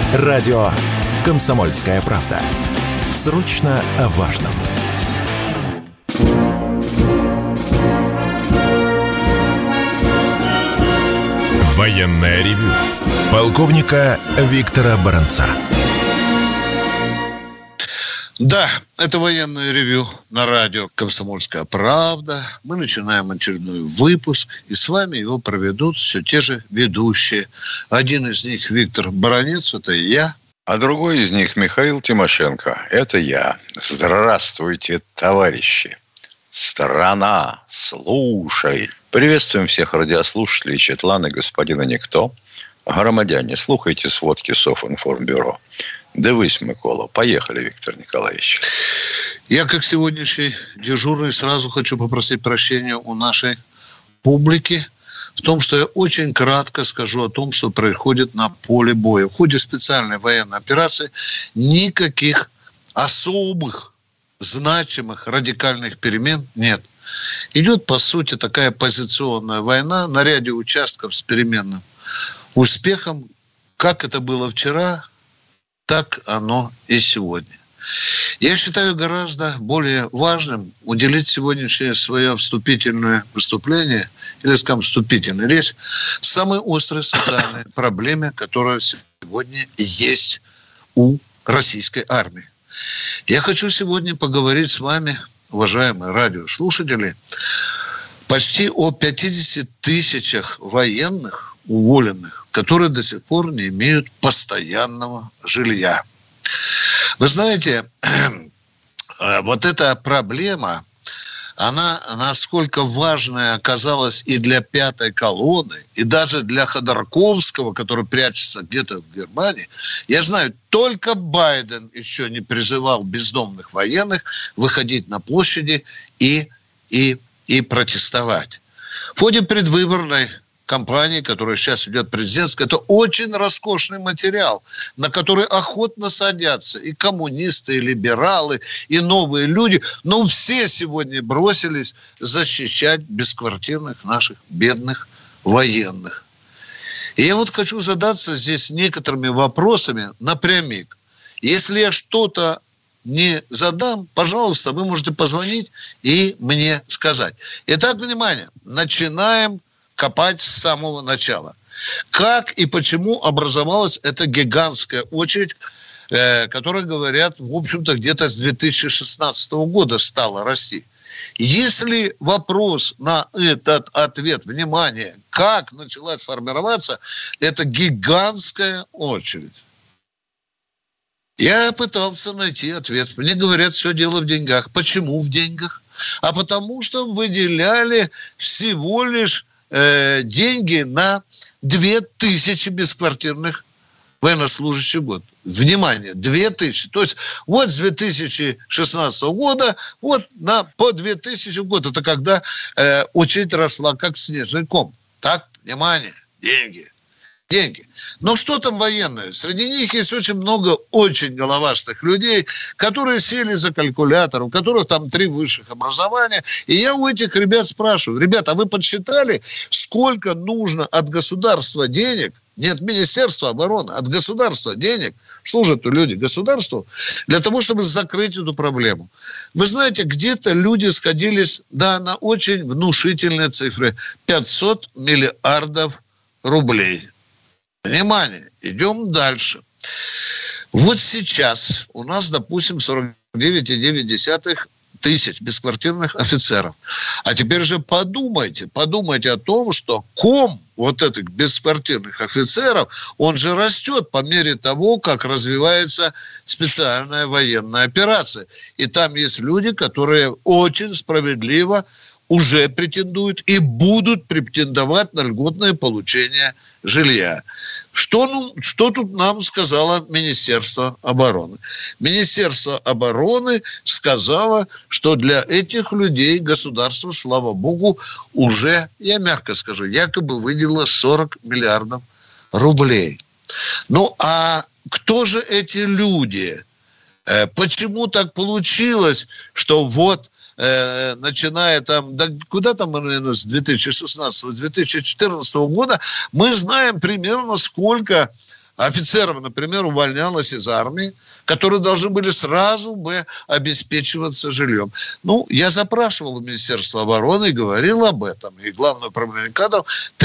Радио «Комсомольская правда». Срочно о важном. Военное ревю полковника Виктора Баранца. Да, это военное ревю на радио «Комсомольская правда». Мы начинаем очередной выпуск, и с вами его проведут все те же ведущие. Один из них Виктор Баранец, это я. А другой из них Михаил Тимошенко, это я. Здравствуйте, товарищи. Страна, слушай. Приветствуем всех радиослушателей Четлана, господина Никто. Громадяне, слухайте сводки Софинформбюро. Дивись, Микола. Поехали, Виктор Николаевич. Я, как сегодняшний дежурный, сразу хочу попросить прощения у нашей публики в том, что я очень кратко скажу о том, что происходит на поле боя. В ходе специальной военной операции никаких особых, значимых, радикальных перемен нет. Идет, по сути, такая позиционная война на ряде участков с переменным успехом. Как это было вчера, так оно и сегодня. Я считаю гораздо более важным уделить сегодняшнее свое вступительное выступление, или, скажем, вступительную речь, самой острой социальной проблеме, которая сегодня есть у российской армии. Я хочу сегодня поговорить с вами, уважаемые радиослушатели, почти о 50 тысячах военных, уволенных, которые до сих пор не имеют постоянного жилья. Вы знаете, вот эта проблема, она насколько важная оказалась и для пятой колонны, и даже для Ходорковского, который прячется где-то в Германии. Я знаю, только Байден еще не призывал бездомных военных выходить на площади и протестовать. В ходе предвыборной кампании, которая сейчас идет президентская, это очень роскошный материал, на который охотно садятся и коммунисты, и либералы, и новые люди. Но все сегодня бросились защищать бесквартирных наших бедных военных. И я вот хочу задаться здесь некоторыми вопросами напрямик. Если я что-то не задам, пожалуйста, вы можете позвонить и мне сказать. Итак, внимание, начинаем копать с самого начала. Как и почему образовалась эта гигантская очередь, которая, говорят, в общем-то, где-то с 2016 года стала расти. Если вопрос на этот ответ, внимание, как началась формироваться эта гигантская очередь? Я пытался найти ответ. Мне говорят, все дело в деньгах. Почему в деньгах? А потому что выделяли всего лишь деньги на 2000 бесквартирных военнослужащих в год. Внимание, 2000. То есть вот с 2016 года вот по 2000 в год. Это когда очередь росла как снежный ком. Так, внимание, деньги. Но что там военные? Среди них есть очень много очень головастых людей, которые сели за калькулятор, у которых там 3 высших образования. И я у этих ребят спрашиваю: ребята, а вы подсчитали, сколько нужно от государства денег, не от Министерства обороны, от государства денег, служат люди государству, для того, чтобы закрыть эту проблему? Вы знаете, где-то люди сходились, на очень внушительные цифры. 500 миллиардов рублей. Внимание, идем дальше. Вот сейчас у нас, допустим, 49,9 тысяч бесквартирных офицеров. А теперь же подумайте о том, что ком вот этих бесквартирных офицеров, он же растет по мере того, как развивается специальная военная операция. И там есть люди, которые очень справедливо уже претендуют и будут претендовать на льготное получение жилья. Что тут нам сказало Министерство обороны? Министерство обороны сказало, что для этих людей государство, слава богу, уже, я мягко скажу, якобы выделило 40 миллиардов рублей. Ну, а кто же эти люди? Почему так получилось, что вот начиная там, да куда там, наверное, с 2016-2014 года, мы знаем примерно, сколько офицеров, например, увольнялось из армии, которые должны были сразу бы обеспечиваться жильем. Я запрашивал у Министерства обороны и говорил об этом. И Главное управление кадров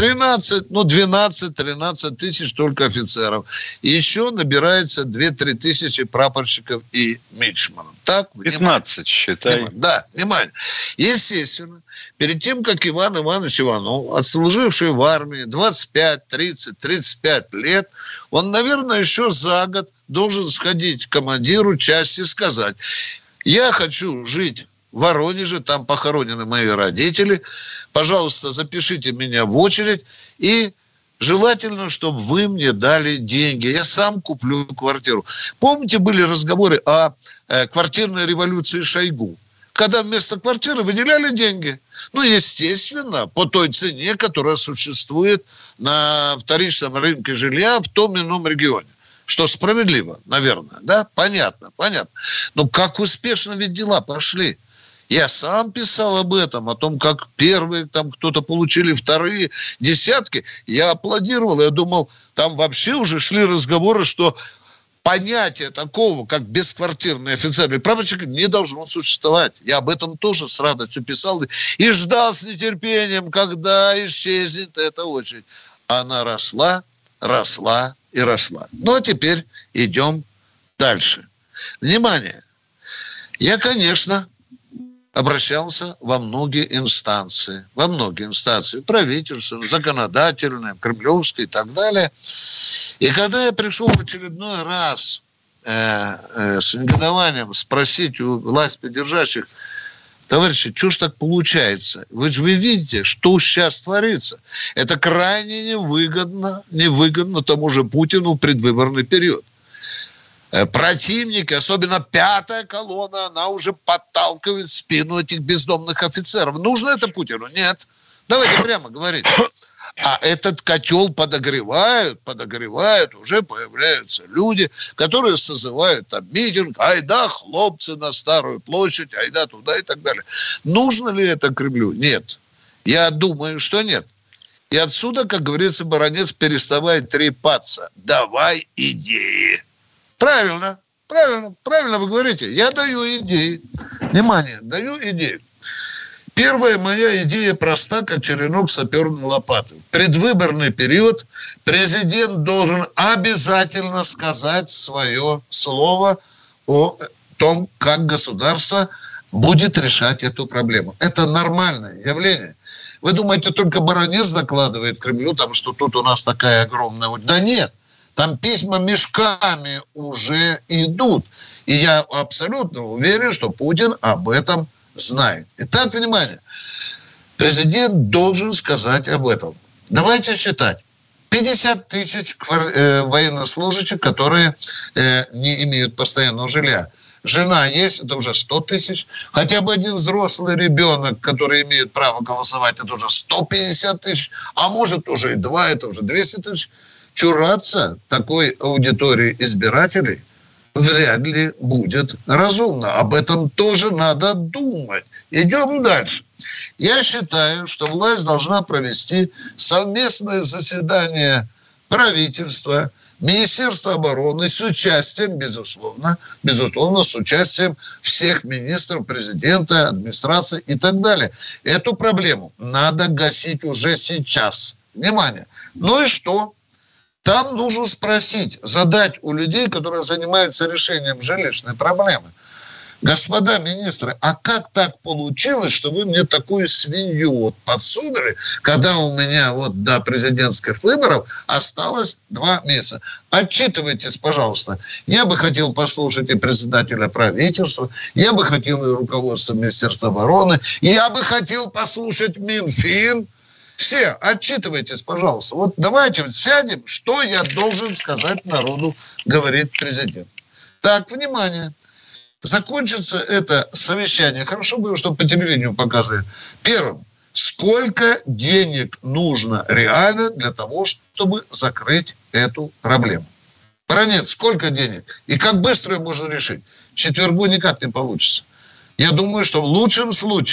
12-13 тысяч только офицеров. И еще набирается 2-3 тысячи прапорщиков и мичманов. Так, 15, считай. Да, внимание. Естественно, перед тем, как Иван Иванович Иванов, отслуживший в армии 25, 30, 35 лет, он, наверное, еще за год должен сходить к командиру части и сказать: я хочу жить в Воронеже, там похоронены мои родители, пожалуйста, запишите меня в очередь, и желательно, чтобы вы мне дали деньги, я сам куплю квартиру. Помните, были разговоры о квартирной революции Шойгу, когда вместо квартиры выделяли деньги? Естественно, по той цене, которая существует на вторичном рынке жилья в том или ином регионе. Что справедливо, наверное, да? Понятно. Но как успешно ведь дела пошли. Я сам писал об этом, о том, как первые там кто-то получили, вторые десятки. Я аплодировал, я думал, там вообще уже шли разговоры, что понятие такого, как бесквартирный офицер или прапорщик, не должно существовать. Я об этом тоже с радостью писал и ждал с нетерпением, когда исчезнет эта очередь. Она росла. А теперь идем дальше. Внимание! Я, конечно, обращался во многие инстанции, правительственные, законодательные, кремлевские и так далее. И когда я пришел в очередной раз с негодованием спросить у власть придержащих: товарищи, что ж так получается? Вы видите, что сейчас творится. Это крайне невыгодно тому же Путину в предвыборный период. Противники, особенно пятая колонна, она уже подталкивает в спину этих бездомных офицеров. Нужно это Путину? Нет. Давайте прямо говорить. А этот котел подогревают, уже появляются люди, которые созывают там митинг: айда, хлопцы, на Старую площадь, айда туда и так далее. Нужно ли это Кремлю? Нет. Я думаю, что нет. И отсюда, как говорится, Баранец, переставай трепаться. Давай идеи. Правильно вы говорите. Я даю идеи. Внимание, даю идеи. Первая моя идея проста, как черенок саперной лопаты. В предвыборный период президент должен обязательно сказать свое слово о том, как государство будет решать эту проблему. Это нормальное явление. Вы думаете, только Баранец докладывает Кремлю, что тут у нас такая огромная... Да нет, там письма мешками уже идут. И я абсолютно уверен, что Путин об этом знает. Итак, внимание. Президент должен сказать об этом. Давайте считать. 50 тысяч военнослужащих, которые не имеют постоянного жилья. Жена есть, это уже 100 тысяч. Хотя бы один взрослый ребенок, который имеет право голосовать, это уже 150 тысяч. А может уже и 2, это уже 200 тысяч. Чураться такой аудитории избирателей вряд ли будет разумно. Об этом тоже надо думать. Идем дальше. Я считаю, что власть должна провести совместное заседание правительства, Министерства обороны с участием, безусловно, с участием всех министров, президента, администрации и так далее. Эту проблему надо гасить уже сейчас. Внимание. Ну и что? Там нужно спросить, задать у людей, которые занимаются решением жилищной проблемы: господа министры, а как так получилось, что вы мне такую свинью подсунули, когда у меня до президентских выборов осталось 2 месяца? Отчитывайтесь, пожалуйста. Я бы хотел послушать и председателя правительства, я бы хотел и руководство Министерства обороны, я бы хотел послушать Минфин. Все, отчитывайтесь, пожалуйста. Давайте сядем, что я должен сказать народу, говорит президент. Так, внимание. Закончится это совещание. Хорошо было, чтобы по телевидению показывали. Первым. Сколько денег нужно реально для того, чтобы закрыть эту проблему? Баранец, сколько денег? И как быстро ее можно решить? В четвергу никак не получится. Я думаю, что в лучшем случае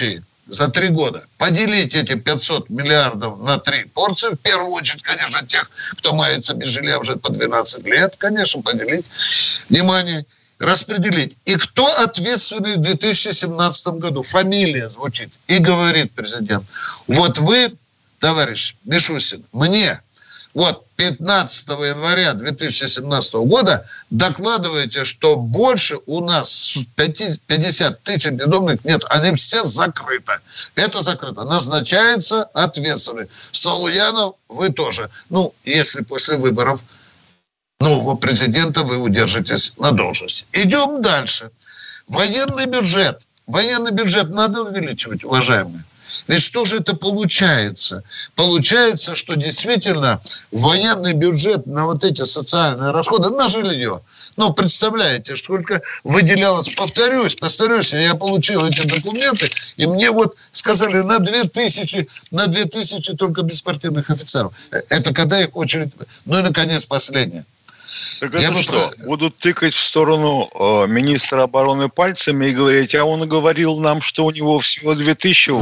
за 3 года поделить эти 500 миллиардов на 3 порции, в первую очередь, конечно, тех, кто мается без жилья уже по 12 лет, конечно, поделить, внимание, распределить. И кто ответственный в 2017 году? Фамилия звучит. И говорит президент, вот вы, товарищ Мишустин, мне вот 15 января 2017 года докладываете, что больше у нас 50 тысяч бездомных нет. Они все закрыты. Это закрыто. Назначается ответственный. Салуянов, вы тоже. Ну, если после выборов нового президента вы удержитесь на должности. Идем дальше. Военный бюджет. Военный бюджет надо увеличивать, уважаемые. Ведь что же это получается? Получается, что действительно военный бюджет на вот эти социальные расходы, на жилье, ну, представляете, сколько выделялось, повторюсь, я получил эти документы, и мне вот сказали на 2000 только беспартийных офицеров. Это когда их очередь... Ну и, наконец, последнее. Так это что, будут тыкать в сторону министра обороны пальцами и говорить, а он говорил нам, что у него всего 2000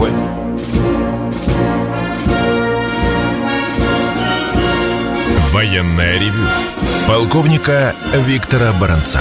Военное ревю полковника Виктора Баранца.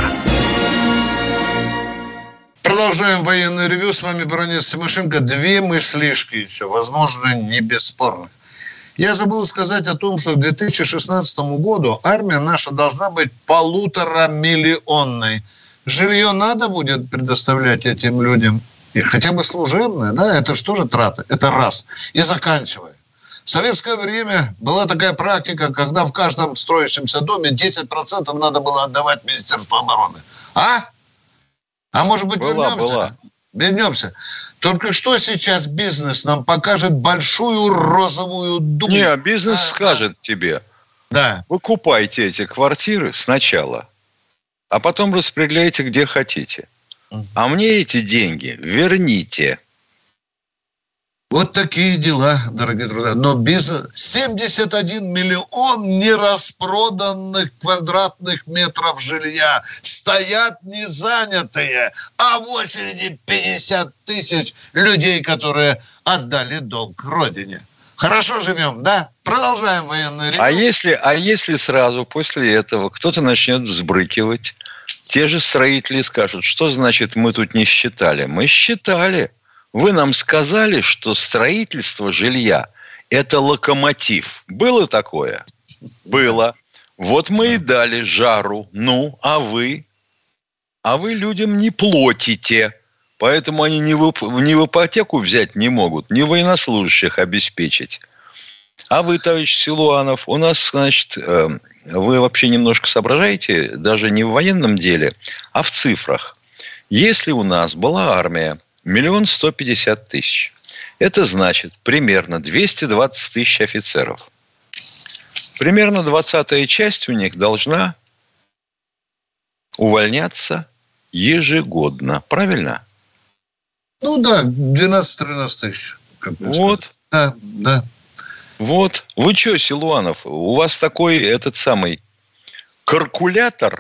Продолжаем военное ревю. С вами Баранец Тимошенко. 2 мыслишки еще, возможно, не бесспорных. Я забыл сказать о том, что к 2016 году армия наша должна быть 1,5-миллионной. Жилье надо будет предоставлять этим людям. И хотя бы служебное, да, это же тоже траты. Это раз. И заканчивая. В советское время была такая практика, когда в каждом строящемся доме 10% надо было отдавать Министерству обороны. А может быть, вернемся? Вернемся. Только что сейчас бизнес нам покажет большую розовую думу. Не, бизнес скажет тебе. Да. Выкупайте эти квартиры сначала, а потом распределяйте где хотите. А мне эти деньги верните. Вот такие дела, дорогие друзья. Но бизнес... 71 миллион нераспроданных квадратных метров жилья. Стоят незанятые. А в очереди 50 тысяч людей, которые отдали долг родине. Хорошо живем, да? Продолжаем военную ревю. А если сразу после этого кто-то начнет взбрыкивать, те же строители скажут, что значит мы тут не считали? Мы считали. Вы нам сказали, что строительство жилья – это локомотив. Было такое? Было. Вот мы и дали жару. Ну, а вы? А вы людям не платите. Поэтому они ни в ипотеку взять не могут, ни военнослужащих обеспечить. А вы, товарищ Силуанов, у нас, значит, вы вообще немножко соображаете, даже не в военном деле, а в цифрах. Если у нас была армия 1 150 000, это значит примерно 220 000 офицеров. Примерно 20-я часть у них должна увольняться ежегодно. Правильно? Ну да, 12-13 тысяч. Вот. Да. Вот. Вы что, Силуанов, у вас такой этот самый калькулятор?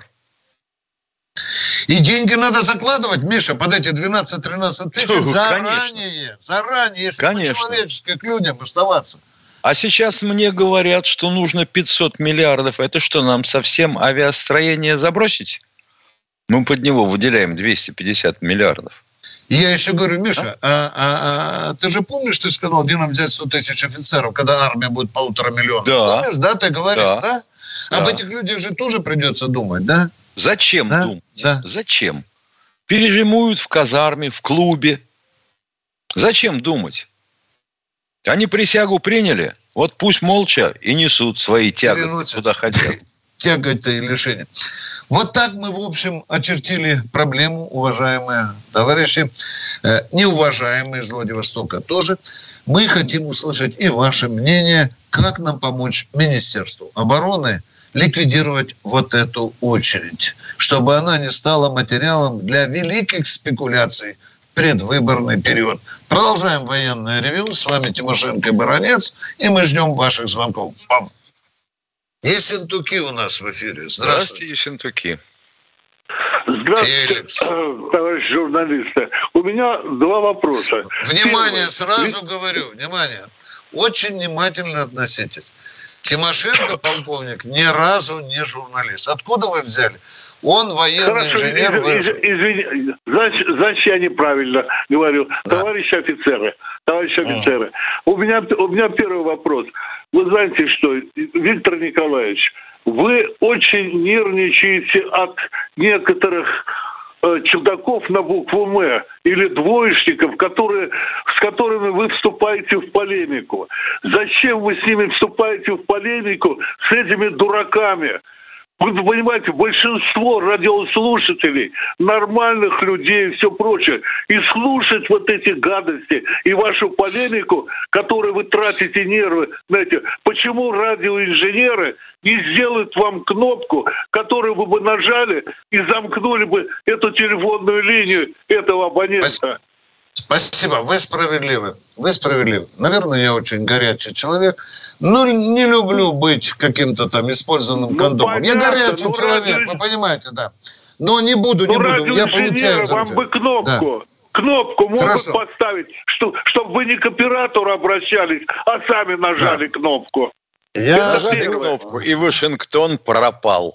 И деньги надо закладывать, Миша, под эти 12-13 тысяч заранее, если по-человечески к людям оставаться. А сейчас мне говорят, что нужно 500 миллиардов. Это что, нам совсем авиастроение забросить? Мы под него выделяем 250 миллиардов. И я еще говорю, Миша, ты же помнишь, ты сказал, где нам взять 100 тысяч офицеров, когда армия будет 1,5 миллиона? Да. Помнишь, да, ты говорил, да? Об этих людях же тоже придется думать, да? Зачем думать? Да. Зачем? Пережимуют в казарме, в клубе. Зачем думать? Они присягу приняли, вот пусть молча и несут свои тяготы, куда хотят. Тяготы и лишения. Вот так мы, в общем, очертили проблему, уважаемые товарищи, неуважаемые из Владивостока тоже. Мы хотим услышать и ваше мнение, как нам помочь Министерству обороны ликвидировать вот эту очередь, чтобы она не стала материалом для великих спекуляций в предвыборный период. Продолжаем военное ревью. С вами Тимошенко и Баранец, и мы ждем ваших звонков. Ессентуки у нас в эфире. Здравствуйте, Ессентуки. Здравствуйте, товарищ журналисты. У меня два вопроса. Внимание, Первый. сразу говорю, внимание. Очень внимательно относитесь. Тимошенко, полковник, ни разу не журналист. Откуда вы взяли? Он военный инженер. Извини, значит, я неправильно говорю. Да. Товарищи офицеры, у меня первый вопрос. Вы знаете что, Виктор Николаевич, вы очень нервничаете от некоторых чудаков на букву «М» или двоечников, с которыми вы вступаете в полемику. Зачем вы с ними вступаете в полемику, с этими дураками? Вы понимаете, большинство радиослушателей, нормальных людей и все прочее, и слушать вот эти гадости и вашу полемику, которой вы тратите нервы, знаете, почему радиоинженеры не сделают вам кнопку, которую вы бы нажали и замкнули бы эту телефонную линию этого абонента? Спасибо, вы справедливы. Наверное, я очень горячий человек. Ну, не люблю быть каким-то там использованным кондомом. Понятно, я горячий человек, вы понимаете, да. Но не буду. Я получаю вам бы кнопку. Да. Кнопку могут поставить, чтобы вы не к оператору обращались, а сами нажали кнопку. Нажали кнопку, и Вашингтон пропал.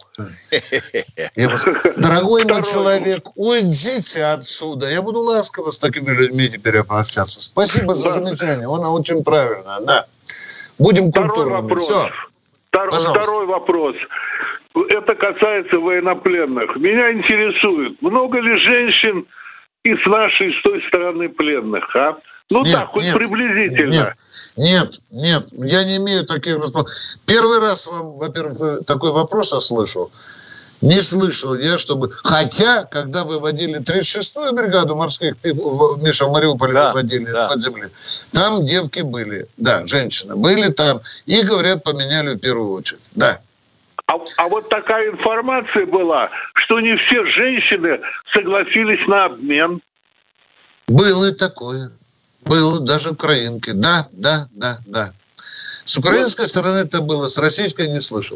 Дорогой мой человек, уйдите отсюда. Я буду ласково с такими людьми теперь обращаться. Спасибо за замечание. Она очень правильная, да. Будем культурными. Второй вопрос. Это касается военнопленных. Меня интересует, много ли женщин из нашей, с той стороны пленных, а? Хоть приблизительно. Нет, я не имею таких вопросов. Первый раз вам, во-первых, такой вопрос услышал. Не слышал я, чтобы... Хотя, когда выводили 36-ю бригаду морских, Миша, в Мариуполе выводили из-под земли, там девки были, да, женщины были там, и, говорят, поменяли в первую очередь, да. А вот такая информация была, что не все женщины согласились на обмен. Было и такое. Было даже украинки. Да. С украинской стороны это было, с российской не слышал.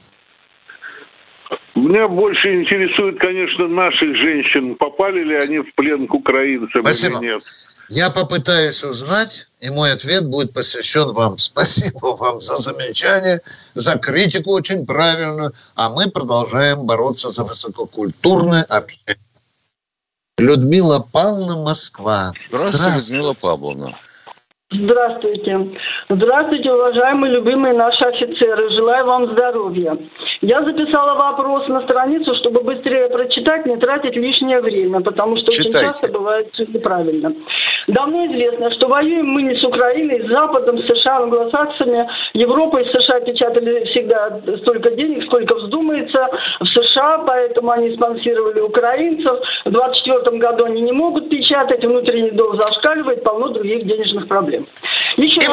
Меня больше интересует, конечно, наших женщин. Попали ли они в плен к украинцам или нет? Я попытаюсь узнать, и мой ответ будет посвящен вам. Спасибо вам за замечание, за критику очень правильную. А мы продолжаем бороться за высококультурное общение. Людмила Павловна, Москва. Здравствуйте, Людмила Павловна. Здравствуйте, уважаемые, любимые наши офицеры. Желаю вам здоровья. Я записала вопрос на страницу, чтобы быстрее прочитать, не тратить лишнее время, потому что очень часто бывает все неправильно. Давно известно, что воюем мы не с Украиной, с Западом, с США, англосаксами. Европой, США печатали всегда столько денег, сколько вздумается. В США, поэтому они спонсировали украинцев. В 2024 году они не могут печатать, внутренний долг зашкаливает, полно других денежных проблем. И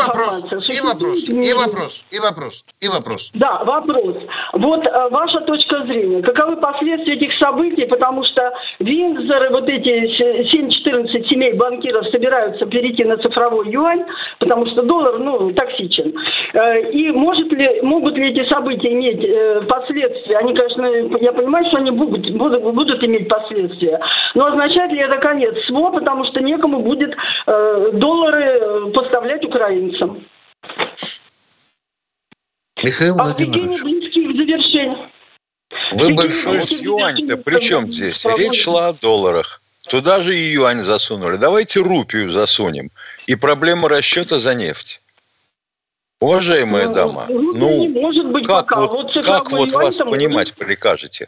вопрос. Да, вопрос. Вот ваша точка зрения. Каковы последствия этих событий? Потому что Виндзоры, вот эти 7-14 семей банкиров собираются перейти на цифровой юань, потому что доллар, токсичен. И могут ли эти события иметь последствия? Они, конечно, я понимаю, что они будут иметь последствия. Но означает ли это конец СВО, потому что некому будет доллары поставлять украинцам? Михаил Владимирович. Близкие к завершению. Вы большой юань-то при чем здесь? Речь шла о долларах. Туда же и юань засунули. Давайте рупию засунем. И проблема расчета за нефть. Уважаемая дама, не может быть как вас понимать прикажете?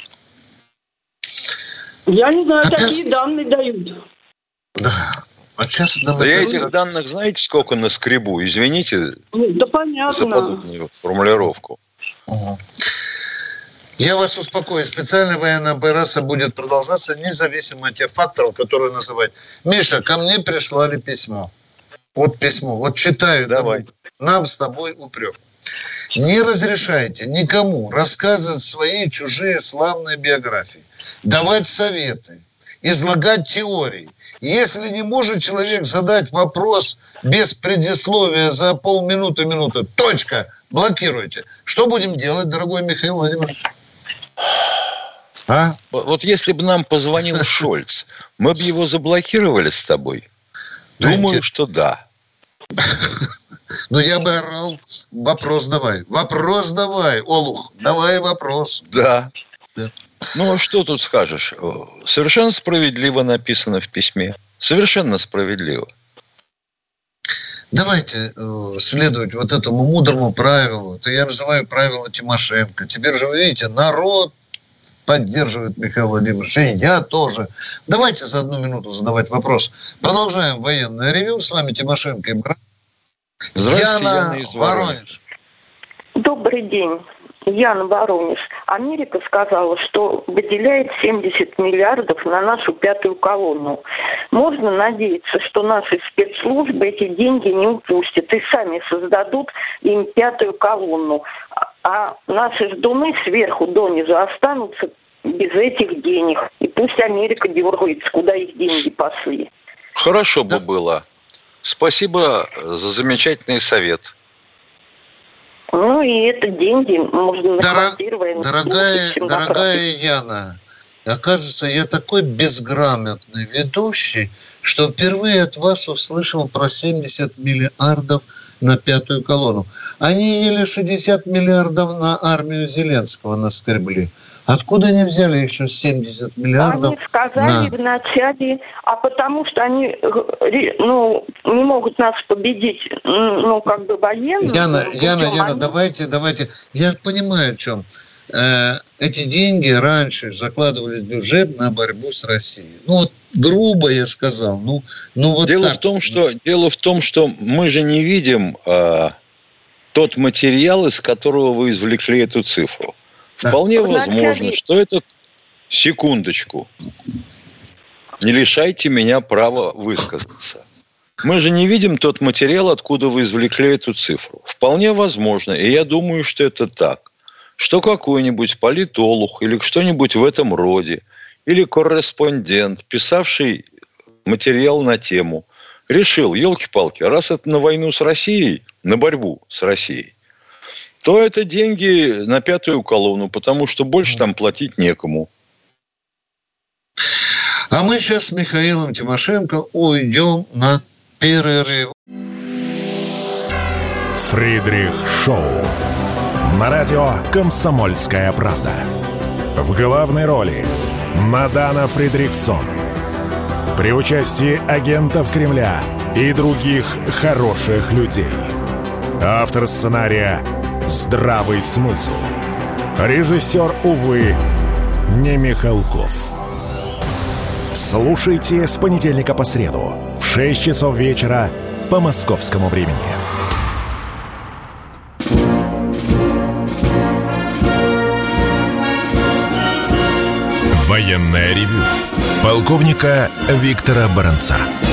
Я не знаю, такие данные дают. Да. Я этих данных, знаете, сколько наскребу? Извините за подобную формулировку. Я вас успокою. Специальная военная операция будет продолжаться независимо от тех факторов, которые называют. Миша, ко мне прислали письмо. Вот письмо. Вот читаю. Давай. Нам с тобой упрек. Не разрешайте никому рассказывать свои чужие славные биографии, давать советы, излагать теории. Если не может человек задать вопрос без предисловия за полминуты, точка, блокируйте. Что будем делать, дорогой Михаил Владимирович? А? Вот если бы нам позвонил Шольц, мы бы его заблокировали с тобой? Думаю, что да. Ну, я бы орал. Вопрос давай, Олух, давай вопрос. Да. Ну, а что тут скажешь? Совершенно справедливо написано в письме. Совершенно справедливо. Давайте следовать вот этому мудрому правилу. Это я называю правило Тимошенко. Теперь же, вы видите, народ поддерживает Михаила Владимировича. И я тоже. Давайте за 1 минуту задавать вопрос. Продолжаем военное ревью. С вами Тимошенко и Баранец. Яна, Воронеж. Добрый день. Яна, Воронеж. Америка сказала, что выделяет 70 миллиардов на нашу 5-ю колонну. Можно надеяться, что наши спецслужбы эти деньги не упустят и сами создадут им 5-ю колонну. А наши ждуны сверху донизу останутся без этих денег. И пусть Америка дергается, куда их деньги пошли. Хорошо бы было. Спасибо за замечательный совет. Ну, и это деньги можно накладировать. Дорогая Яна, оказывается, я такой безграмотный ведущий, что впервые от вас услышал про 70 миллиардов на 5-ю колонну. Они еле 60 миллиардов на армию Зеленского наскребли. Откуда они взяли еще 70 миллиардов? Они сказали вначале, а потому что они не могут нас победить, военно. Яна, давайте. Я понимаю, о чем. Эти деньги раньше закладывались в бюджет на борьбу с Россией. Грубо я сказал. Дело в том, что мы же не видим тот материал, из которого вы извлекли эту цифру. Вполне возможно, что это... Секундочку. Не лишайте меня права высказаться. Мы же не видим тот материал, откуда вы извлекли эту цифру. Вполне возможно, и я думаю, что это так, что какой-нибудь политолог или что-нибудь в этом роде, или корреспондент, писавший материал на тему, решил, елки-палки, раз это на войну с Россией, на борьбу с Россией, то это деньги на 5-ю колонну, потому что больше там платить некому. А мы сейчас с Михаилом Тимошенко уйдем на перерыв. Фридрих Шоу. На радио «Комсомольская правда». В главной роли Мадана Фридрихсон. При участии агентов Кремля и других хороших людей. Автор сценария «Здравый смысл». Режиссер, увы, не Михалков. Слушайте с понедельника по среду в 6 часов вечера по московскому времени. Военное ревю полковника Виктора Баранца.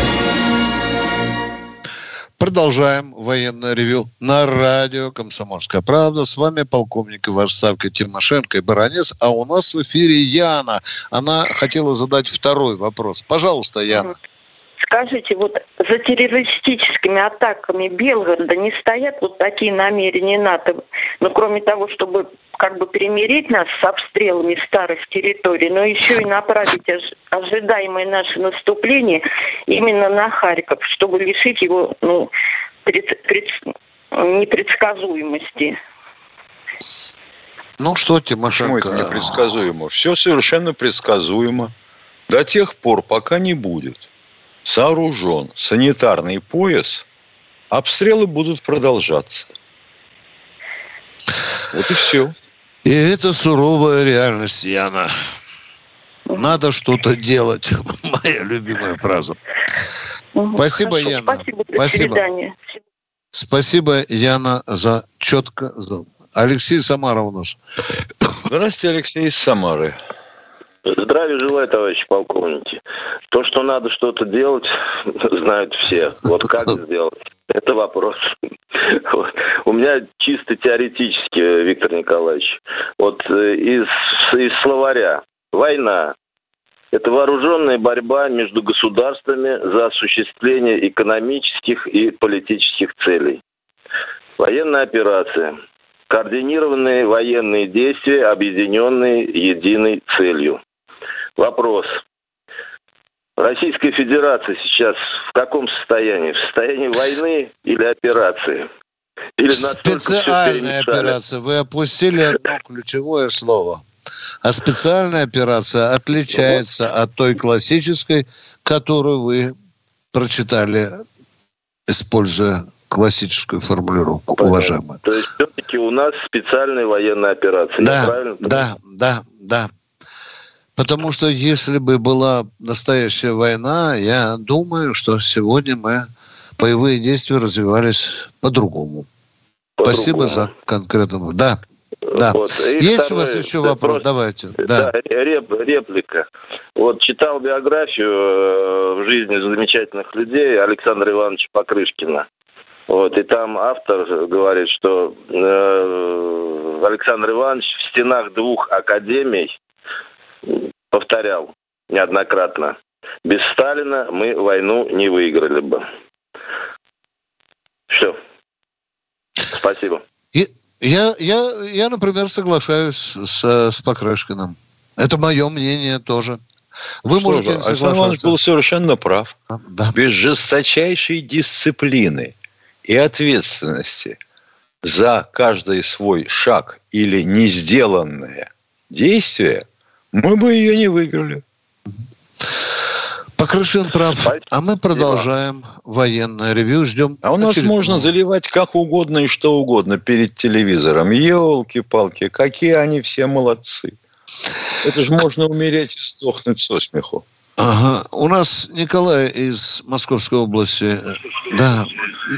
Продолжаем военное ревю на радио «Комсомольская правда». С вами полковник в отставке Тимошенко и Баранец. А у нас в эфире Яна. Она хотела задать второй вопрос. Пожалуйста, Яна. Скажите, за террористическими атаками Белгорода не стоят такие намерения НАТО? Кроме того, чтобы примирить нас с обстрелами старых территорий, но еще и направить ожидаемое наше наступление именно на Харьков, чтобы лишить его непредсказуемости. Что, Тимошенко? Почему это непредсказуемо? Все совершенно предсказуемо. До тех пор, пока не будет сооружен санитарный пояс, обстрелы будут продолжаться. Вот и все. И это суровая реальность, Яна. Надо что-то делать. Моя любимая фраза. Спасибо, Хорошо, Яна. Спасибо. До свидания. Спасибо, Яна, за четко. Алексей, Самара у нас. Здравствуйте, Алексей из Самары. Здравия желаю, товарищи полковники. То, что надо что-то делать, знают все. Как сделать? Это вопрос. У меня чисто теоретически, Виктор Николаевич. Из словаря. Война – это вооруженная борьба между государствами за осуществление экономических и политических целей. Военная операция Координированные военные действия, объединенные единой целью. Вопрос. Российская Федерация сейчас в каком состоянии? В состоянии войны или операции? Или специальная операция. Вы опустили одно ключевое слово. А специальная операция отличается от той классической, которую вы прочитали, используя классическую формулировку, уважаемые. То есть все-таки у нас специальная военная операция. Да. Потому что если бы была настоящая война, я думаю, что сегодня боевые действия развивались по-другому. Спасибо за конкретную. Да. Вот. Есть у вас еще вопрос? Давайте. Да, реплика. Вот читал биографию в жизни замечательных людей Александра Ивановича Покрышкина. Вот, и там автор говорит, что Александр Иванович в стенах 2 академий повторял неоднократно: без Сталина мы войну не выиграли бы. Все. Спасибо. Я, например, соглашаюсь с Покрышкиным. Это мое мнение тоже. Вы можете не соглашаться. Александр Иванович был совершенно прав. Да. Без жесточайшей дисциплины и ответственности за каждый свой шаг или не сделанное действие мы бы ее не выиграли. Покрышин прав. А мы продолжаем военное ревью. Ждем. А у нас можно заливать как угодно и что угодно перед телевизором. Елки-палки, какие они все молодцы. Это же можно умереть и сдохнуть со смеху. Ага. У нас Николай из Московской области. Да.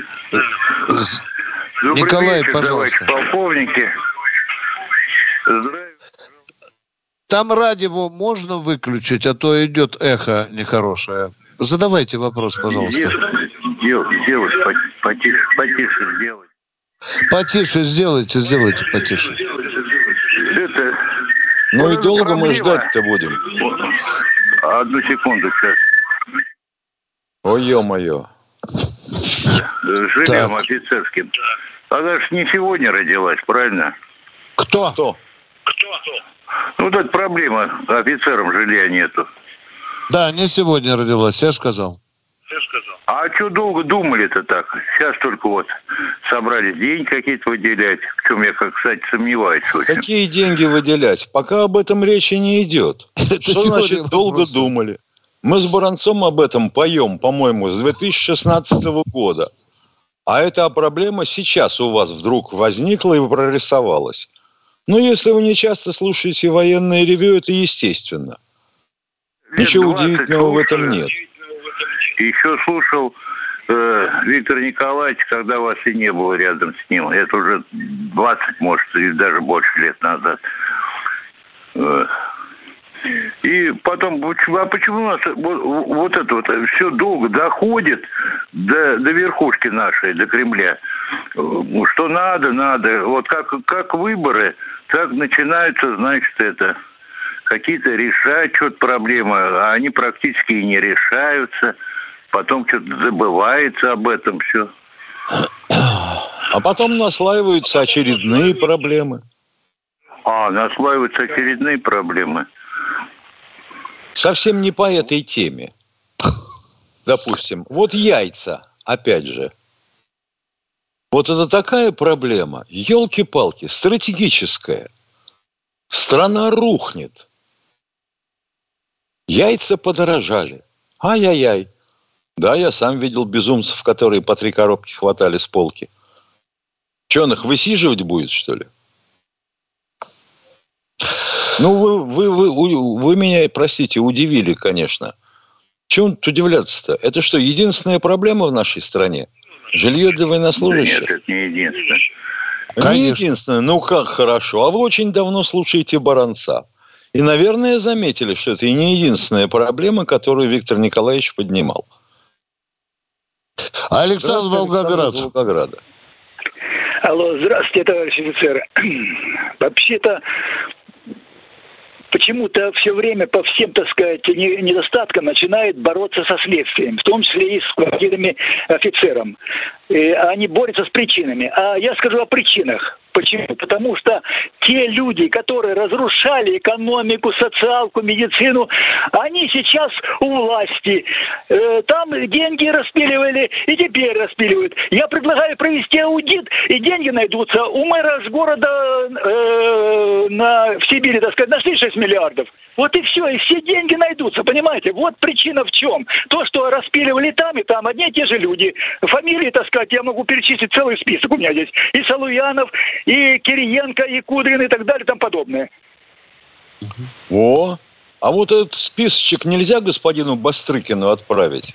Добрый Николай, вечер, пожалуйста. Полковники. Здравия. Там радио можно выключить, а то идет эхо нехорошее. Задавайте вопрос, пожалуйста. Делать потише сделать. Потише сделайте потише. Ну и долго мы ждать-то будем. Одну секунду сейчас. Ой, ё-моё. Жильем офицерским. Она же не сегодня родилась, правильно? Кто? Ну, вот эта проблема. Офицерам жилья нету. Да, не сегодня родилась, я сказал. А что долго думали-то так? Сейчас только вот собрались деньги какие-то выделять. В чем я, кстати, сомневаюсь очень. Какие деньги выделять? Пока об этом речи не идет. Что значит долго думали? Мы с Баранцом об этом поем, по-моему, с 2016 года. А эта проблема сейчас у вас вдруг возникла и прорисовалась. Ну, если вы не часто слушаете военное ревью, это естественно. Ничего удивительного в этом нет. Еще слушал Виктор Николаевич, когда вас и не было рядом с ним. Это уже 20, может, или даже больше лет назад. И потом, почему у нас вот это вот все долго доходит до верхушки нашей, до Кремля? Что надо. Вот как выборы, так начинаются, значит, это какие-то решать что-то проблемы, а они практически и не решаются. Потом что-то забывается об этом все. А потом наслаиваются очередные проблемы. Наслаиваются очередные проблемы. Совсем не по этой теме. Допустим, вот яйца, опять же. Вот это такая проблема, елки-палки, стратегическая. Страна рухнет. Яйца подорожали. Ай-яй-яй. Да, я сам видел безумцев, которые по 3 коробки хватали с полки. Что, он их высиживать будет, что ли? Ну, вы меня, простите, удивили, конечно. Чему тут удивляться-то? Это что, единственная проблема в нашей стране? Жилье для военнослужащих? Да нет, это не единственное. Не единственное. Ну, как хорошо. А вы очень давно слушаете Баранца. И, наверное, заметили, что это и не единственная проблема, которую Виктор Николаевич поднимал. Александр Волгоград. Алло, здравствуйте, товарищ офицер. Вообще-то, почему-то все время по всем, так сказать, недостаткам начинает бороться со следствием, в том числе и с командирами офицером. Они борются с причинами. А я скажу о причинах. Почему? Потому что те люди, которые разрушали экономику, социалку, медицину, они сейчас у власти. Там деньги распиливали и теперь распиливают. Я предлагаю провести аудит, и деньги найдутся. У мэра с города в Сибири, так сказать, нашли 6 миллиардов. Вот и все, и все деньги найдутся, понимаете? Вот причина в чем. То, что распиливали там и там, одни и те же люди. Фамилии, так сказать, я могу перечислить целый список у меня здесь. И Салуянов, и Кириенко, и Кудрин, и так далее, и тому подобное. О, а вот этот списочек нельзя господину Бастрыкину отправить?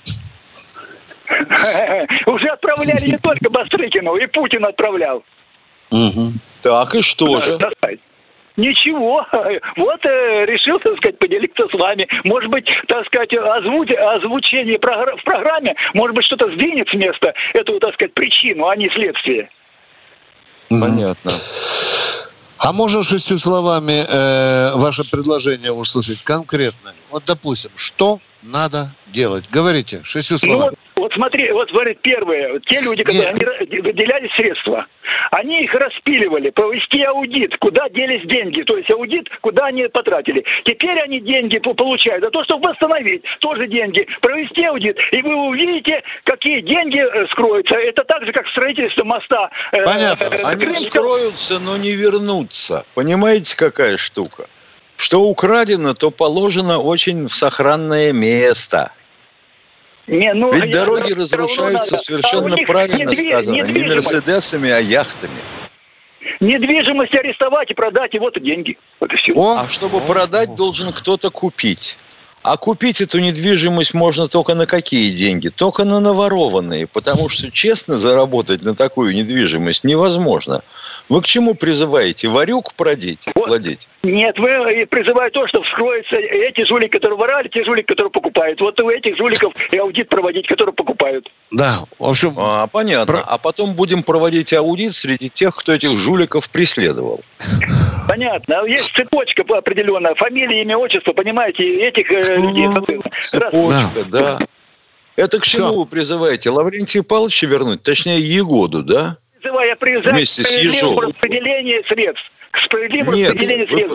Уже отправляли не только Бастрыкину, и Путин отправлял. Так, и что же? Ничего. Вот решил, так сказать, поделиться с вами. Может быть, так сказать, озвучение в программе, может быть, что-то сдвинет с места эту, так сказать, причину, а не следствие. Понятно. А можно 6 словами ваше предложение услышать конкретно? Вот, допустим, что надо делать? Говорите 6 словами. Вот смотри, первое. Те люди, которые они выделяли средства, они их распиливали. Провести аудит, куда делись деньги. То есть аудит, куда они потратили. Теперь они деньги получают за то, чтобы восстановить. Тоже деньги. Провести аудит. И вы увидите, какие деньги скроются. Это так же, как строительство моста. Понятно. Они скроются, но не вернутся. Понимаете, какая штука? Что украдено, то положено очень в сохранное место. Ведь дороги разрушаются совершенно правильно сказано. Не мерседесами, а яхтами. Недвижимость арестовать и продать, и вот и деньги. Вот и все. А чтобы продать, должен кто-то купить. А купить эту недвижимость можно только на какие деньги? Только на наворованные. Потому что честно заработать на такую недвижимость невозможно. Вы к чему призываете? Варюк плодить? Нет, вы призываете то, что вскроются эти жулики, которые воровали, те жулики, которые покупают. Вот у этих жуликов и аудит проводить, которые покупают. Да, в общем... Понятно. А потом будем проводить аудит среди тех, кто этих жуликов преследовал. Понятно. Есть цепочка определенная. Фамилия, имя, отчество, понимаете, этих людей. Цепочка, да. Это к чему вы призываете? Лаврентия Павловича вернуть? Точнее, Егоду, да? Я призываю вместе с Ежовым. К распределению средств. К справедливому распределению средств.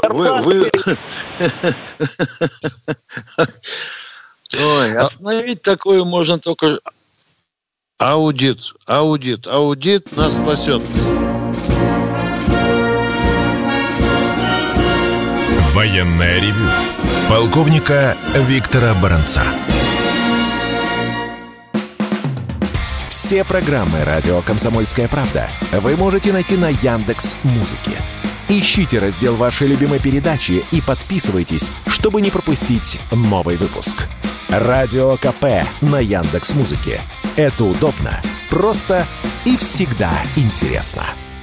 Ой, остановить такое можно только... Аудит нас спасет. Военное ревю полковника Виктора Баранца. Все программы «Радио Комсомольская правда» вы можете найти на Яндекс.Музыке. Ищите раздел вашей любимой передачи и подписывайтесь, чтобы не пропустить новый выпуск. Радио КП на Яндекс.Музыке. Это удобно, просто и всегда интересно.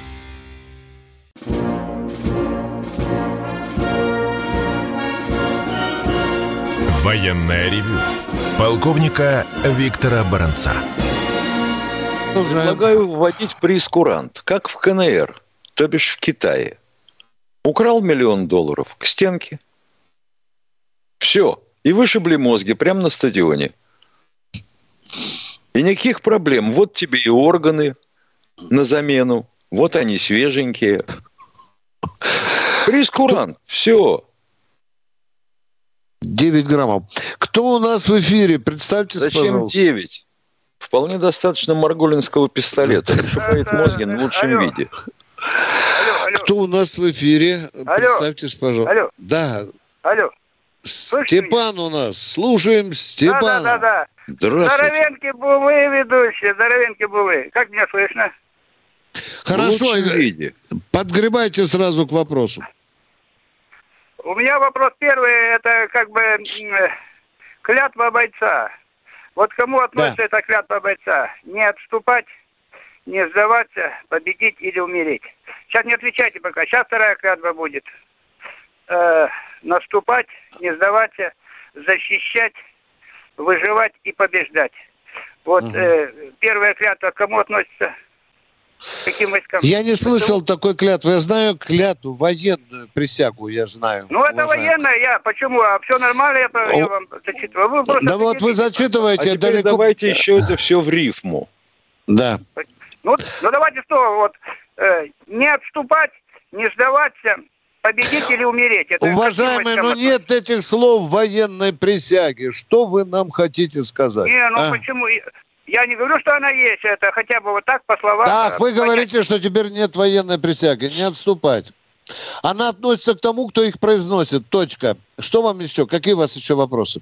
Военное ревю полковника Виктора Баранца. Предлагаю вводить прейскурант, как в КНР, то бишь в Китае. Украл $1 миллион к стенке. Все. И вышибли мозги прямо на стадионе. И никаких проблем. Вот тебе и органы на замену. Вот они свеженькие. Прейскурант. Все. 9 граммов. Кто у нас в эфире? Представьтесь, пожалуйста. Зачем 9? Вполне достаточно марголинского пистолета. Вышибает мозги в лучшем виде. Кто у нас в эфире? Представьтесь, пожалуйста. Алло. Да. Алло. Степан у нас. Слушаем Степана. Да. Здравствуйте. Здоровеньки булы, ведущие. Здоровеньки булы. Как меня слышно? Хорошо. Подгребайте сразу к вопросу. У меня вопрос первый. Это как бы клятва бойца. Вот кому относится эта клятва бойца? Не отступать, не сдаваться, победить или умереть. Сейчас не отвечайте пока. Сейчас вторая клятва будет. Наступать, не сдаваться, защищать, выживать и побеждать. Вот первая клятва к кому относится? К каким войскам? Я не слышал такой клятвы. Я знаю клятву, военную присягу я знаю. Ну, это военная. Почему? А все нормально, я вам зачитываю. Да вот вы зачитываете. А теперь давайте еще это все в рифму. Да. Ну давайте что, вот не отступать, не сдаваться, победить или умереть. Это уважаемый, но нет этих слов в военной присяге. Что вы нам хотите сказать? Почему? Я не говорю, что она есть, это хотя бы вот так по словам. Так, вы говорите, что теперь нет военной присяги, не отступать. Она относится к тому, кто их произносит, точка. Что вам еще? Какие у вас еще вопросы?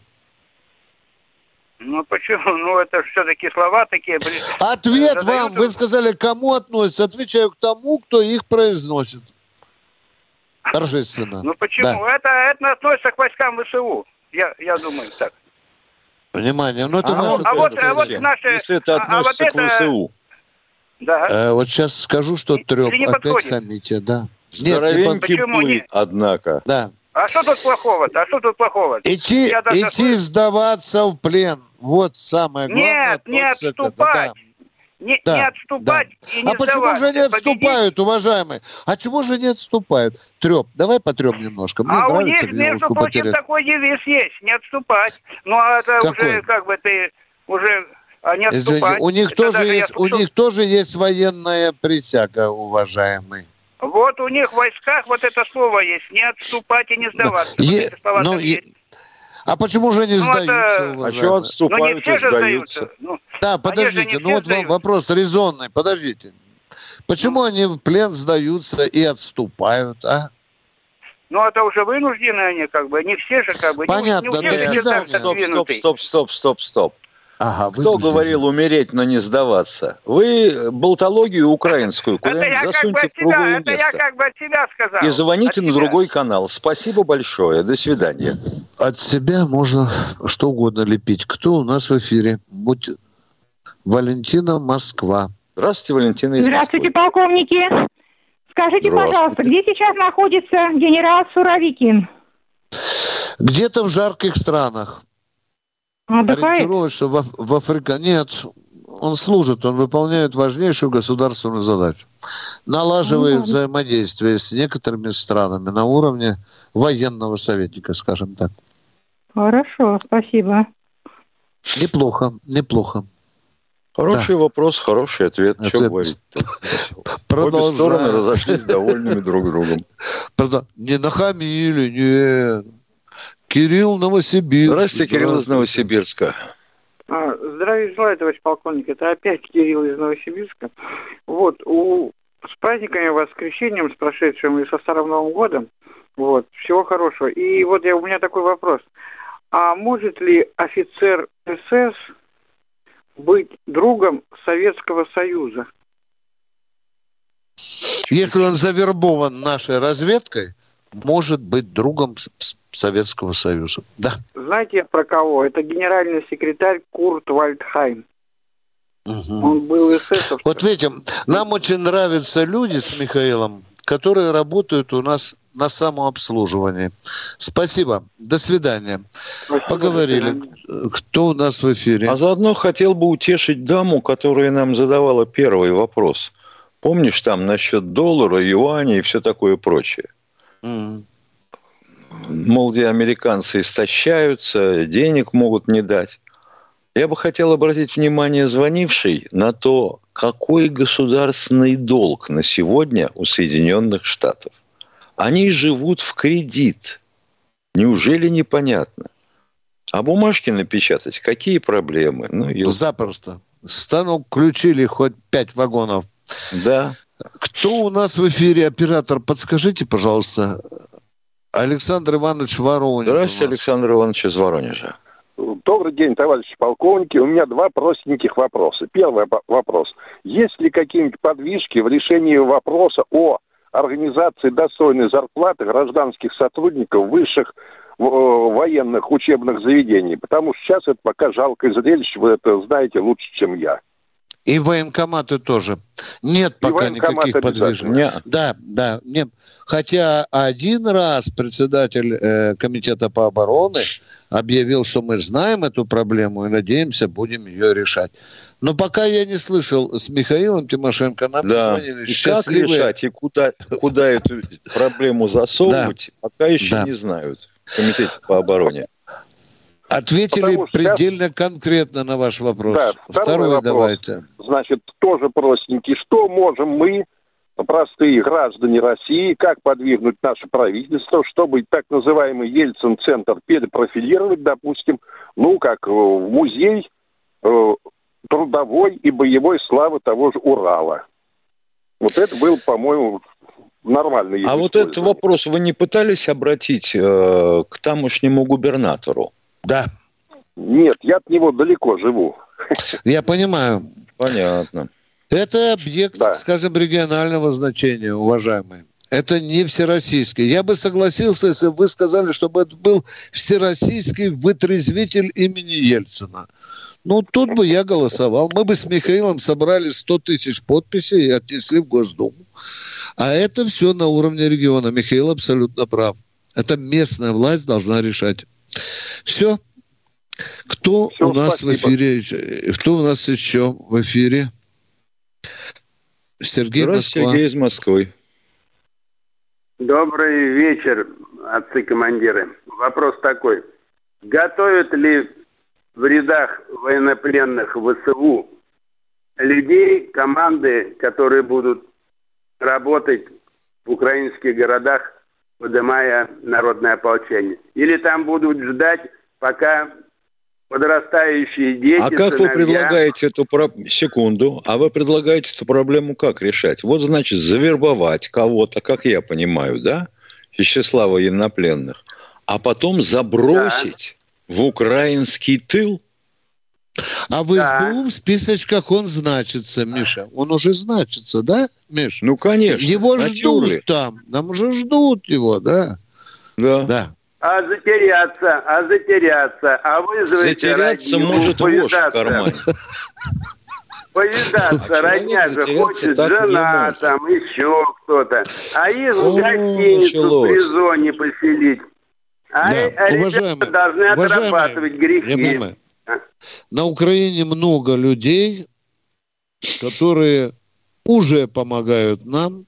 Почему? Это все-таки слова такие. Ответ вам, вы сказали, кому относится. Отвечаю к тому, кто их произносит. Торжественно. Почему? Да. Это относится к войскам ВСУ. Я думаю, так. Внимание, это ваше... Если это относится к ВСУ. Да. Вот сейчас скажу, что трёп. Опять хамите, да. Здоровенький плый, однако. Да. А что тут плохого-то? Идти сдаваться в плен. Вот самое главное. Нет, не отступать. Не отступать и не сдаваться. А почему же не отступают, уважаемые? А чего же не отступают? Трёп, давай потрём немножко. Мне нравится, у них, между прочим, такой девиз есть. Не отступать. Это какой? Уже ты уже... не отступать. Извините, у них тоже есть военная присяга, уважаемый. Вот у них в войсках вот это слово есть. Не отступать и не сдаваться. А почему же не сдаются, уважаемые? А что отступают и сдаются? Да, подождите, вопрос резонный, подождите. Почему они в плен сдаются и отступают, а? Это уже вынуждены они, не все же, Понятно, Стоп. Ага, кто говорил умереть, но не сдаваться? Вы болтологию украинскую куда-нибудь засуньте в другое место. Это я от себя сказал. И звоните на другой канал. Спасибо большое. До свидания. От себя можно что угодно лепить. Кто у нас в эфире? Валентина, Москва. Здравствуйте, Валентина из Москвы. Здравствуйте, полковники. Скажите, пожалуйста, где сейчас находится генерал Суровикин? Где-то в жарких странах. Ориентируется в Африке. Нет, он служит, он выполняет важнейшую государственную задачу. Налаживает взаимодействие с некоторыми странами на уровне военного советника, скажем так. Хорошо, спасибо. Неплохо. Хороший вопрос, хороший ответ. Что говорить? Обе стороны разошлись довольными друг другом. Не нахамили, нет. Кирилл, Новосибирск. Здравствуйте, Кирилл из Новосибирска. Здравия желаю, товарищ полковник. Это опять Кирилл из Новосибирска. С праздниками вас, с крещением, с прошедшим и со Старым Новым годом. Всего хорошего. И у меня такой вопрос. А может ли офицер СС быть другом Советского Союза? Если он завербован нашей разведкой, может быть другом Советского Союза. Да. Знаете, про кого? Это генеральный секретарь Курт Вальдхайм. Угу. Он был эсэсовцем. Вот видите, нам очень нравятся люди с Михаилом, которые работают у нас на самообслуживании. Спасибо. До свидания. Спасибо. Поговорили. Кто у нас в эфире? А заодно хотел бы утешить даму, которая нам задавала первый вопрос. Помнишь там насчет доллара, юаня и все такое прочее? Мол, где американцы истощаются, денег могут не дать. Я бы хотел обратить внимание звонившей на то, какой государственный долг на сегодня у Соединенных Штатов. Они живут в кредит. Неужели непонятно? А бумажки напечатать, какие проблемы? Запросто. Станок включили хоть 5 вагонов. Да. Кто у нас в эфире? Оператор, подскажите, пожалуйста. Александр Иванович Воронеж. Здравствуйте, Александр Иванович из Воронежа. Добрый день, товарищи полковники. У меня 2 простеньких вопроса. Первый вопрос. Есть ли какие-нибудь подвижки в решении вопроса о организации достойной зарплаты гражданских сотрудников высших военных учебных заведений? Потому что сейчас это пока жалкое зрелище, вы это знаете лучше, чем я. И военкоматы тоже. Нет пока никаких подвижек. Да, нет. Хотя один раз председатель комитета по обороне объявил, что мы знаем эту проблему и надеемся, будем ее решать. Но пока я не слышал с Михаилом Тимошенко, нам позвонили счастливые. Как решать и куда эту проблему засовывать, пока еще не знают в комитете по обороне. Ответили предельно конкретно на ваш вопрос. Да, второй вопрос. Давайте. Значит, тоже простенький. Что можем мы, простые граждане России, как подвигнуть наше правительство, чтобы так называемый Ельцин-центр перепрофилировать, допустим, как в музей трудовой и боевой славы того же Урала. Вот это был, по-моему, нормально. А вот этот вопрос вы не пытались обратить к тамошнему губернатору? Да. Нет, я от него далеко живу. Я понимаю. Понятно. Это объект, скажем, регионального значения, уважаемые. Это не всероссийский. Я бы согласился, если бы вы сказали, чтобы это был всероссийский вытрезвитель имени Ельцина. Тут бы я голосовал. Мы бы с Михаилом собрали 100 тысяч подписей и отнесли в Госдуму. А это все на уровне региона. Михаил абсолютно прав. Это местная власть должна решать. Все. Кто у нас в эфире? Кто у нас еще в эфире? Сергей, Москва. Сергей из Москвы. Добрый вечер, отцы-командиры. Вопрос такой. Готовят ли в рядах военнопленных ВСУ людей, команды, которые будут работать в украинских городах, поднимая народное ополчение? Или там будут ждать, пока подрастающие дети... А как вы предлагаете эту секунду? А вы предлагаете эту проблему как решать? Вот, значит, завербовать кого-то, как я понимаю, да, из числа военнопленных, а потом забросить в украинский тыл? А в СБУ в списочках он значится, Миша. Он уже значится, да, Миш? Ну, конечно. Его ждут там. Нам уже ждут его, да? Да. А затеряться, вызвать затеряться родню, может вошь в кармане. Повидаться, родня же хочет, жена там, еще кто-то. А их в гостиницу, в призоне поселить. Ребята должны отрабатывать грехи. Я понимаю. На Украине много людей, которые уже помогают нам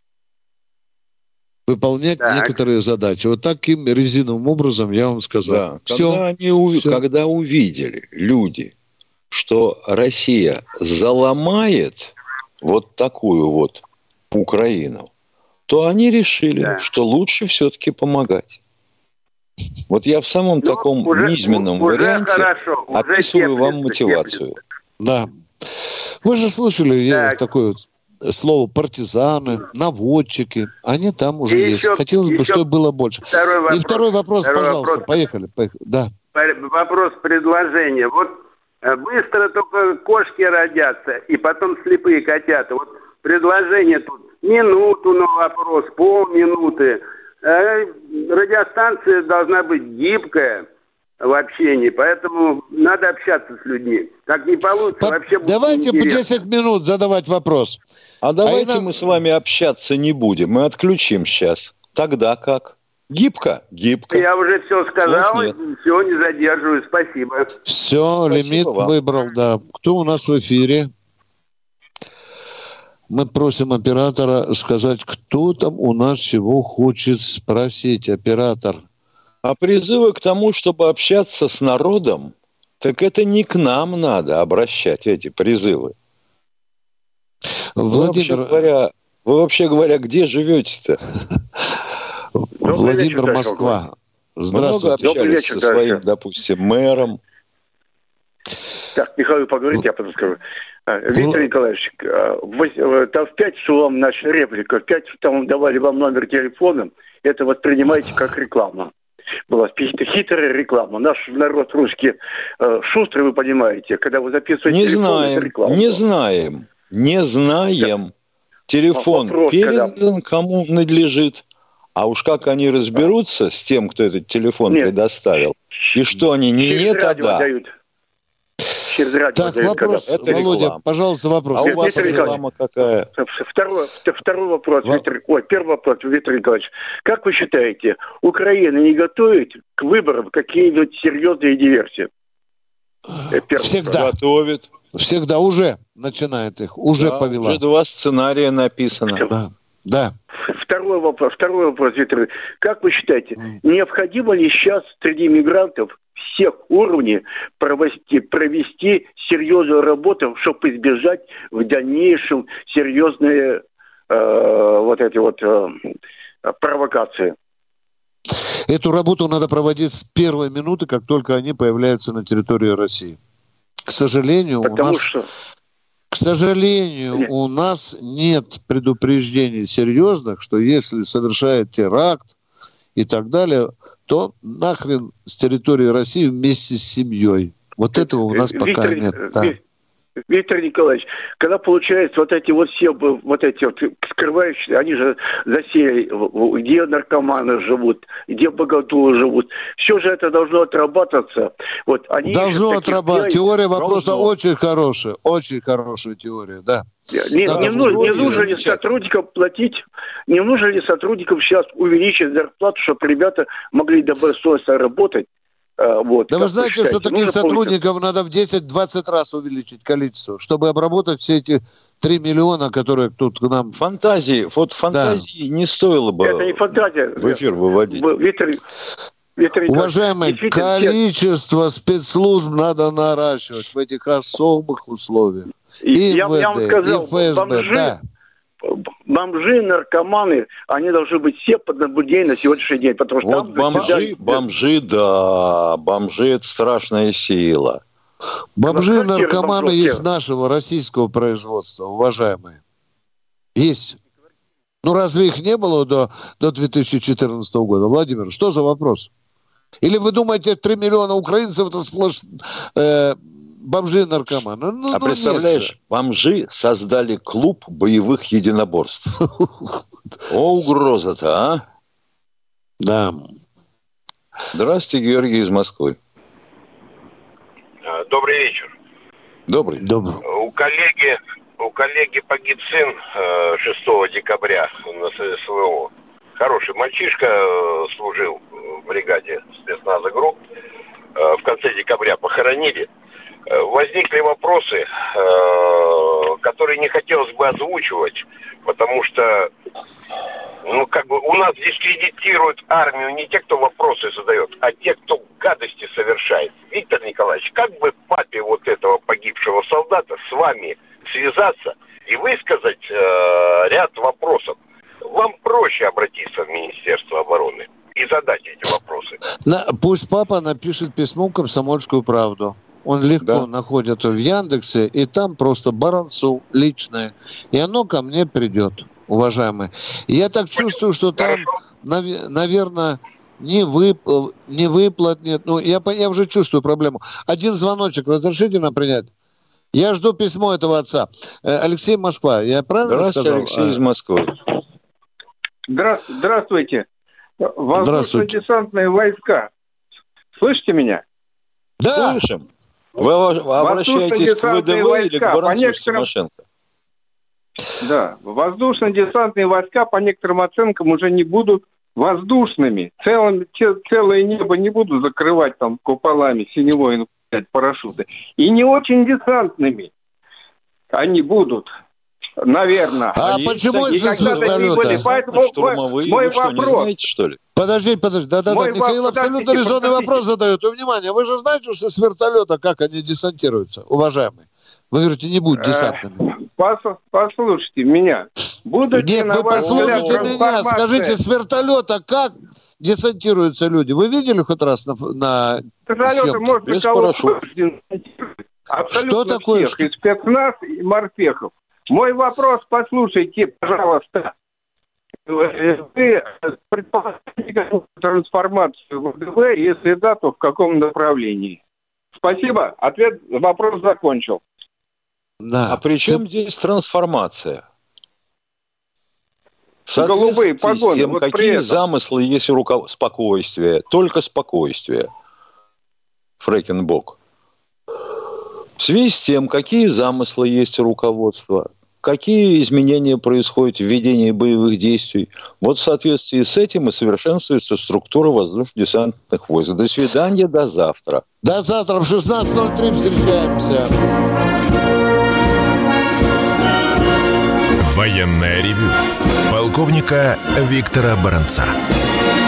выполнять некоторые задачи. Вот таким резиновым образом я вам сказал. Да. Когда увидели люди, что Россия заломает вот такую вот Украину, то они решили, что лучше все-таки помогать. Вот я в самом таком низменном варианте описываю вам мотивацию. Да. Вы же слышали такое вот слово партизаны, наводчики. Они там уже есть. Хотелось бы, чтобы было больше. Второй вопрос, пожалуйста. Поехали. Да. Вопрос предложения. Вот быстро только кошки родятся, и потом слепые котята. Вот предложение тут минуту на вопрос, полминуты. Радиостанция должна быть гибкая в общении, поэтому надо общаться с людьми. Как не получится, вообще будет давайте по 10 минут задавать вопрос. А давайте мы с вами общаться не будем. Мы отключим сейчас. Тогда как? Гибко? Гибко. Я уже все сказал, все, не задерживаю. Спасибо. Все, лимит выбрал, да. Кто у нас в эфире? Мы просим оператора сказать, кто там у нас чего хочет спросить. Оператор. А призывы к тому, чтобы общаться с народом, так это не к нам надо обращать эти призывы. Владимир... Вы вообще говоря, где живете-то? Владимир, Москва. Здравствуйте. Много общались со своим, допустим, мэром. Так, Михаил, поговорите, я потом скажу. Виктор Николаевич, там в 5 часов вам наша реплика, в 5 там давали вам номер телефона, это воспринимайте как рекламу. Была хитрая реклама. Наш народ русский шустрый, вы понимаете, когда вы записываете телефон, это реклама. Не знаем. Телефон передан, кому надлежит. А уж как они разберутся с тем, кто этот телефон предоставил, и что они нет, а да. Так, вопрос, Володя, реклама. Пожалуйста, вопрос. А у вас реклама какая? Второй вопрос, первый вопрос, Виктор Николаевич. Как вы считаете, Украина не готовит к выборам какие-нибудь серьезные диверсии? Всегда. Готовит. Всегда уже начинает их, уже повела. Уже 2 сценария написано. Да. Второй вопрос, Виктор. Как вы считаете, необходимо ли сейчас среди мигрантов всех уровней провести серьезную работу, чтобы избежать в дальнейшем серьезные вот эти вот провокации. Эту работу надо проводить с первой минуты, как только они появляются на территории России. К сожалению, у нас нет предупреждений серьезных, что если совершает теракт и так далее, то нахрен с территории России вместе с семьей. Вот этого у нас пока нет. Да. Виктор Николаевич, когда получается вот эти вот все вот эти вот скрывающие, они же засели, где наркоманы живут, где богатуры живут, все же это должно отрабатываться. Вот, они должно отрабатывать. Теория вопроса очень хорошая теория, да. Не нужно ли сотрудникам платить, не нужно ли сотрудникам сейчас увеличить зарплату, чтобы ребята могли добросовестно работать? Вот, да вы знаете, что таких сотрудников надо в 10-20 раз увеличить количество, чтобы обработать все эти 3 миллиона, которые тут к нам... Фантазии не стоило бы это не фантазия. В эфир выводить. Виктор уважаемые, количество спецслужб надо наращивать в этих особых условиях. И я вам сказал, и ФСБ, бомжи, наркоманы, они должны быть все под наблюдением на сегодняшний день. Потому что вот бомжи, это страшная сила. Бомжи и наркоманы есть нашего российского производства, уважаемые. Есть. Ну, разве их не было до 2014 года? Владимир, что за вопрос? Или вы думаете, 3 миллиона украинцев это сплошь... бомжи и наркоманы. Представляешь, бомжи создали клуб боевых единоборств. О, угроза-то, а? Да. Здравствуйте, Георгий из Москвы. Добрый вечер. Добрый. У коллеги погиб сын 6 декабря на СВО. Хороший мальчишка, служил в бригаде спецназа ГРУ. В конце декабря похоронили. Возникли вопросы, которые не хотелось бы озвучивать, потому что, у нас дискредитируют армию не те, кто вопросы задает, а те, кто гадости совершает. Виктор Николаевич, как бы папе вот этого погибшего солдата с вами связаться и высказать ряд вопросов? Вам проще обратиться в Министерство обороны и задать эти вопросы. Пусть папа напишет письмо в «Комсомольскую правду». Он легко находит в Яндексе, и там просто Баранцу личное. И оно ко мне придет, уважаемые. И я так чувствую, что там, наверное, не выплат нет. Я уже чувствую проблему. Один звоночек разрешите нам принять? Я жду письмо этого отца. Алексей, Москва. Я правильно сказал? Алексей из Москвы. Здравствуйте. Воздушно-десантные войска. Слышите меня? Да. Слышим. Вы обращаетесь к ВДВ или к Баранцу Тимошенко? Да. Воздушно-десантные войска, по некоторым оценкам, уже не будут воздушными. Целое небо не будут закрывать там куполами синевой парашюты. И не очень десантными они будут. Наверное. А почему это с вертолета? Поэтому штурмовые, мой что, вопрос. Не знаете, что ли? Подождите. Да. Михаил абсолютно резонный вопрос задает. Внимание, вы же знаете, что с вертолета как они десантируются, уважаемые? Вы говорите, не будут десантными. Послушайте меня. Нет, вы послушайте меня. Скажите, с вертолета как десантируются люди? Вы видели хоть раз на съемке? Без парашюта. Что такое? И спецназ, и морпехов. Мой вопрос, послушайте, пожалуйста. Вы предполагаете какую-то трансформацию в ВДВ? Если да, то в каком направлении? Спасибо. Вопрос закончил. Да. А при чем здесь трансформация? Голубые погоны. Тем, какие замыслы есть у руководства? Спокойствие. Только спокойствие. Фрейкенбок. В связи с тем, какие замыслы есть у руководства, какие изменения происходят в ведении боевых действий, вот в соответствии с этим и совершенствуется структура воздушно-десантных войск. До свидания, до завтра. До завтра в 16:03 встречаемся. Военное ревю полковника Виктора Баранца.